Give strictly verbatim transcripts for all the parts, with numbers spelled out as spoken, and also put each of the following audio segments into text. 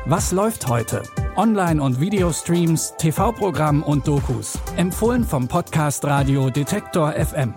Was läuft heute? Online- und Videostreams, T V-Programm und Dokus. Empfohlen vom Podcast Radio Detektor F M.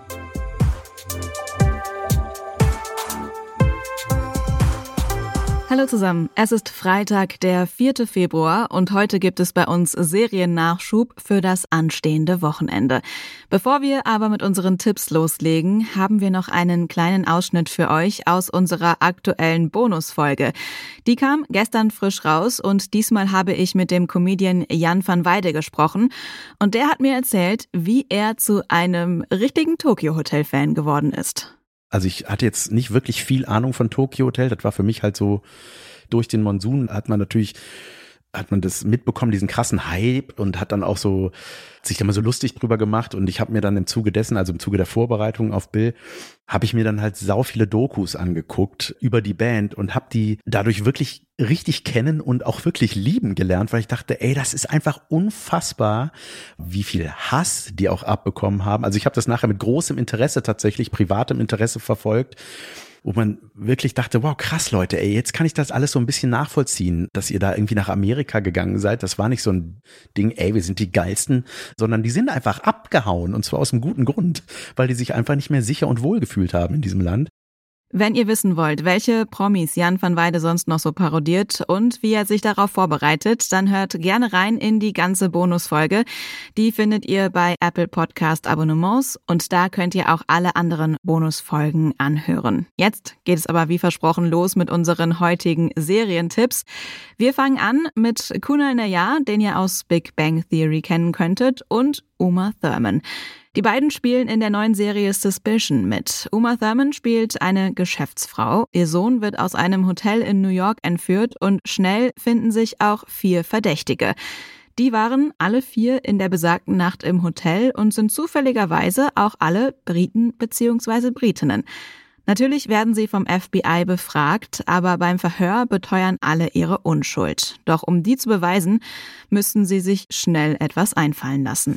Hallo zusammen, es ist Freitag, der vierte Februar und heute gibt es bei uns Seriennachschub für das anstehende Wochenende. Bevor wir aber mit unseren Tipps loslegen, haben wir noch einen kleinen Ausschnitt für euch aus unserer aktuellen Bonusfolge. Die kam gestern frisch raus und diesmal habe ich mit dem Comedian Jan van Weide gesprochen und der hat mir erzählt, wie er zu einem richtigen Tokyo-Hotel-Fan geworden ist. Also ich hatte jetzt nicht wirklich viel Ahnung von Tokyo Hotel. Das war für mich halt so, durch den Monsun hat man natürlich, hat man das mitbekommen, diesen krassen Hype und hat dann auch so, sich da mal so lustig drüber gemacht. Und ich habe mir dann im Zuge dessen, also im Zuge der Vorbereitung auf Bill, habe ich mir dann halt sau viele Dokus angeguckt über die Band und habe die dadurch wirklich richtig kennen und auch wirklich lieben gelernt, weil ich dachte, ey, das ist einfach unfassbar, wie viel Hass die auch abbekommen haben. Also ich habe das nachher mit großem Interesse tatsächlich, privatem Interesse verfolgt, wo man wirklich dachte, wow, krass, Leute, ey, jetzt kann ich das alles so ein bisschen nachvollziehen, dass ihr da irgendwie nach Amerika gegangen seid. Das war nicht so ein Ding, ey, wir sind die Geilsten, sondern die sind einfach abgehauen und zwar aus einem guten Grund, weil die sich einfach nicht mehr sicher und wohl gefühlt haben in diesem Land. Wenn ihr wissen wollt, welche Promis Jan van Weide sonst noch so parodiert und wie er sich darauf vorbereitet, dann hört gerne rein in die ganze Bonusfolge. Die findet ihr bei Apple Podcast Abonnements und da könnt ihr auch alle anderen Bonusfolgen anhören. Jetzt geht es aber wie versprochen los mit unseren heutigen Serientipps. Wir fangen an mit Kunal Nayyar, den ihr aus Big Bang Theory kennen könntet, und Uma Thurman. Die beiden spielen in der neuen Serie Suspicion mit. Uma Thurman spielt eine Geschäftsfrau. Ihr Sohn wird aus einem Hotel in New York entführt und schnell finden sich auch vier Verdächtige. Die waren alle vier in der besagten Nacht im Hotel und sind zufälligerweise auch alle Briten bzw. Britinnen. Natürlich werden sie vom F B I befragt, aber beim Verhör beteuern alle ihre Unschuld. Doch um die zu beweisen, müssten sie sich schnell etwas einfallen lassen.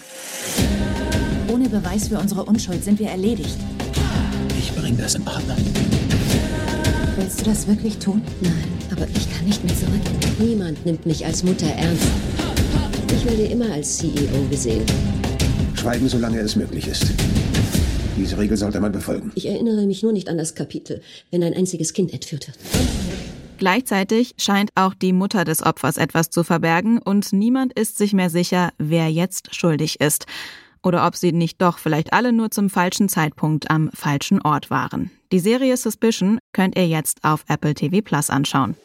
Ohne Beweis für unsere Unschuld sind wir erledigt. Ich bringe das in Ordnung. Willst du das wirklich tun? Nein, aber ich kann nicht mehr zurück. Niemand nimmt mich als Mutter ernst. Ich werde immer als C E O gesehen. Schweigen, solange es möglich ist. Diese Regel sollte man befolgen. Ich erinnere mich nur nicht an das Kapitel, wenn ein einziges Kind entführt wird. Gleichzeitig scheint auch die Mutter des Opfers etwas zu verbergen und niemand ist sich mehr sicher, wer jetzt schuldig ist. Oder ob sie nicht doch vielleicht alle nur zum falschen Zeitpunkt am falschen Ort waren. Die Serie Suspicion könnt ihr jetzt auf Apple T V Plus anschauen.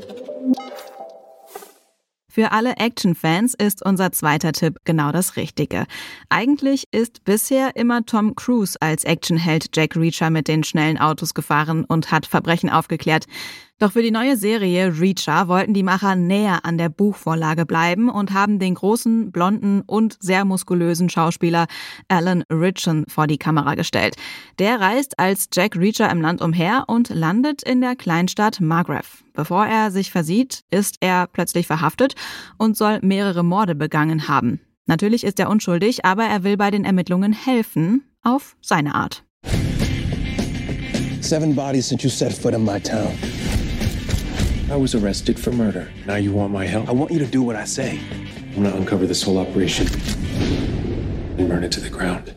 Für alle Action-Fans ist unser zweiter Tipp genau das Richtige. Eigentlich ist bisher immer Tom Cruise als Actionheld Jack Reacher mit den schnellen Autos gefahren und hat Verbrechen aufgeklärt. Doch für die neue Serie Reacher wollten die Macher näher an der Buchvorlage bleiben und haben den großen, blonden und sehr muskulösen Schauspieler Alan Ritchson vor die Kamera gestellt. Der reist als Jack Reacher im Land umher und landet in der Kleinstadt Magrath. Bevor er sich versieht, ist er plötzlich verhaftet und soll mehrere Morde begangen haben. Natürlich ist er unschuldig, aber er will bei den Ermittlungen helfen, auf seine Art. Seven bodies since you set foot in my town. I was arrested for murder. Now you want my help? I want you to do what I say. I'm gonna uncover this whole operation and burn it to the ground.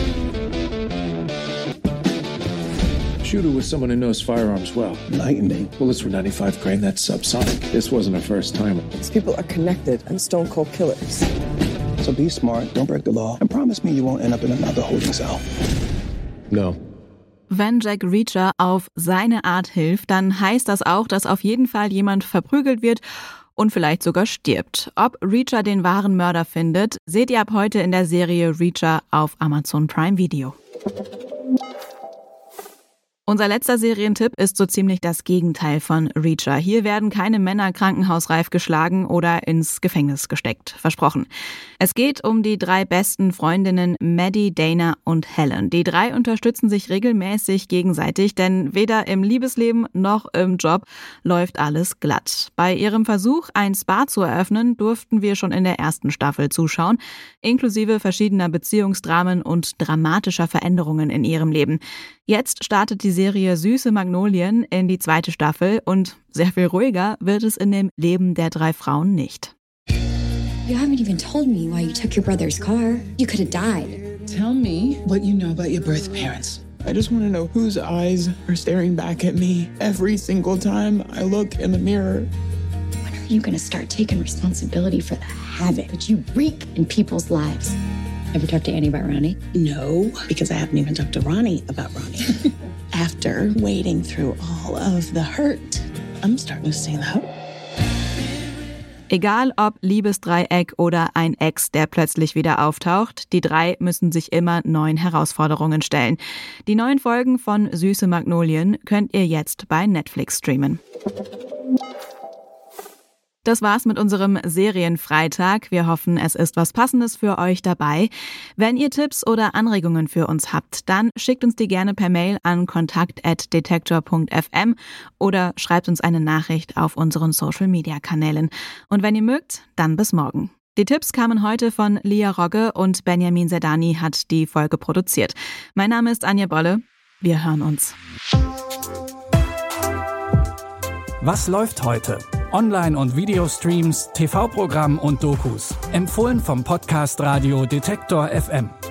Shooter was someone who knows firearms well. Lightning. Bullets were ninety-five grain, that's subsonic. This wasn't a first timer. These people are connected and stone cold killers. So be smart, don't break the law, and promise me you won't end up in another holding cell. No. Wenn Jack Reacher auf seine Art hilft, dann heißt das auch, dass auf jeden Fall jemand verprügelt wird und vielleicht sogar stirbt. Ob Reacher den wahren Mörder findet, seht ihr ab heute in der Serie Reacher auf Amazon Prime Video. Unser letzter Serientipp ist so ziemlich das Gegenteil von Reacher. Hier werden keine Männer krankenhausreif geschlagen oder ins Gefängnis gesteckt. Versprochen. Es geht um die drei besten Freundinnen Maddie, Dana und Helen. Die drei unterstützen sich regelmäßig gegenseitig, denn weder im Liebesleben noch im Job läuft alles glatt. Bei ihrem Versuch, ein Spa zu eröffnen, durften wir schon in der ersten Staffel zuschauen, inklusive verschiedener Beziehungsdramen und dramatischer Veränderungen in ihrem Leben. Jetzt startet die Serie Süße Magnolien in die zweite Staffel und sehr viel ruhiger wird es in dem Leben der drei Frauen nicht. You haven't even told me why you took your brother's car. You could have died. Tell me what you know about your birth parents. I just want to know whose eyes are staring back at me every single time I look in the mirror. When are you going to start taking responsibility for the havoc that you wreak in people's lives? Ever talk to Annie about Ronnie? No, because I haven't even talked to Ronnie about Ronnie. After wading through all of the hurt, I'm starting to see that. Egal ob Liebesdreieck oder ein Ex, der plötzlich wieder auftaucht, die drei müssen sich immer neuen Herausforderungen stellen. Die neuen Folgen von Süße Magnolien könnt ihr jetzt bei Netflix streamen. Das war's mit unserem Serienfreitag. Wir hoffen, es ist was Passendes für euch dabei. Wenn ihr Tipps oder Anregungen für uns habt, dann schickt uns die gerne per Mail an kontakt at detektor punkt f m oder schreibt uns eine Nachricht auf unseren Social-Media-Kanälen. Und wenn ihr mögt, dann bis morgen. Die Tipps kamen heute von Lia Rogge und Benjamin Zerdani hat die Folge produziert. Mein Name ist Anja Bolle. Wir hören uns. Was läuft heute? Online- und Videostreams, T V-Programm und Dokus. Empfohlen vom Podcast Radio Detektor F M.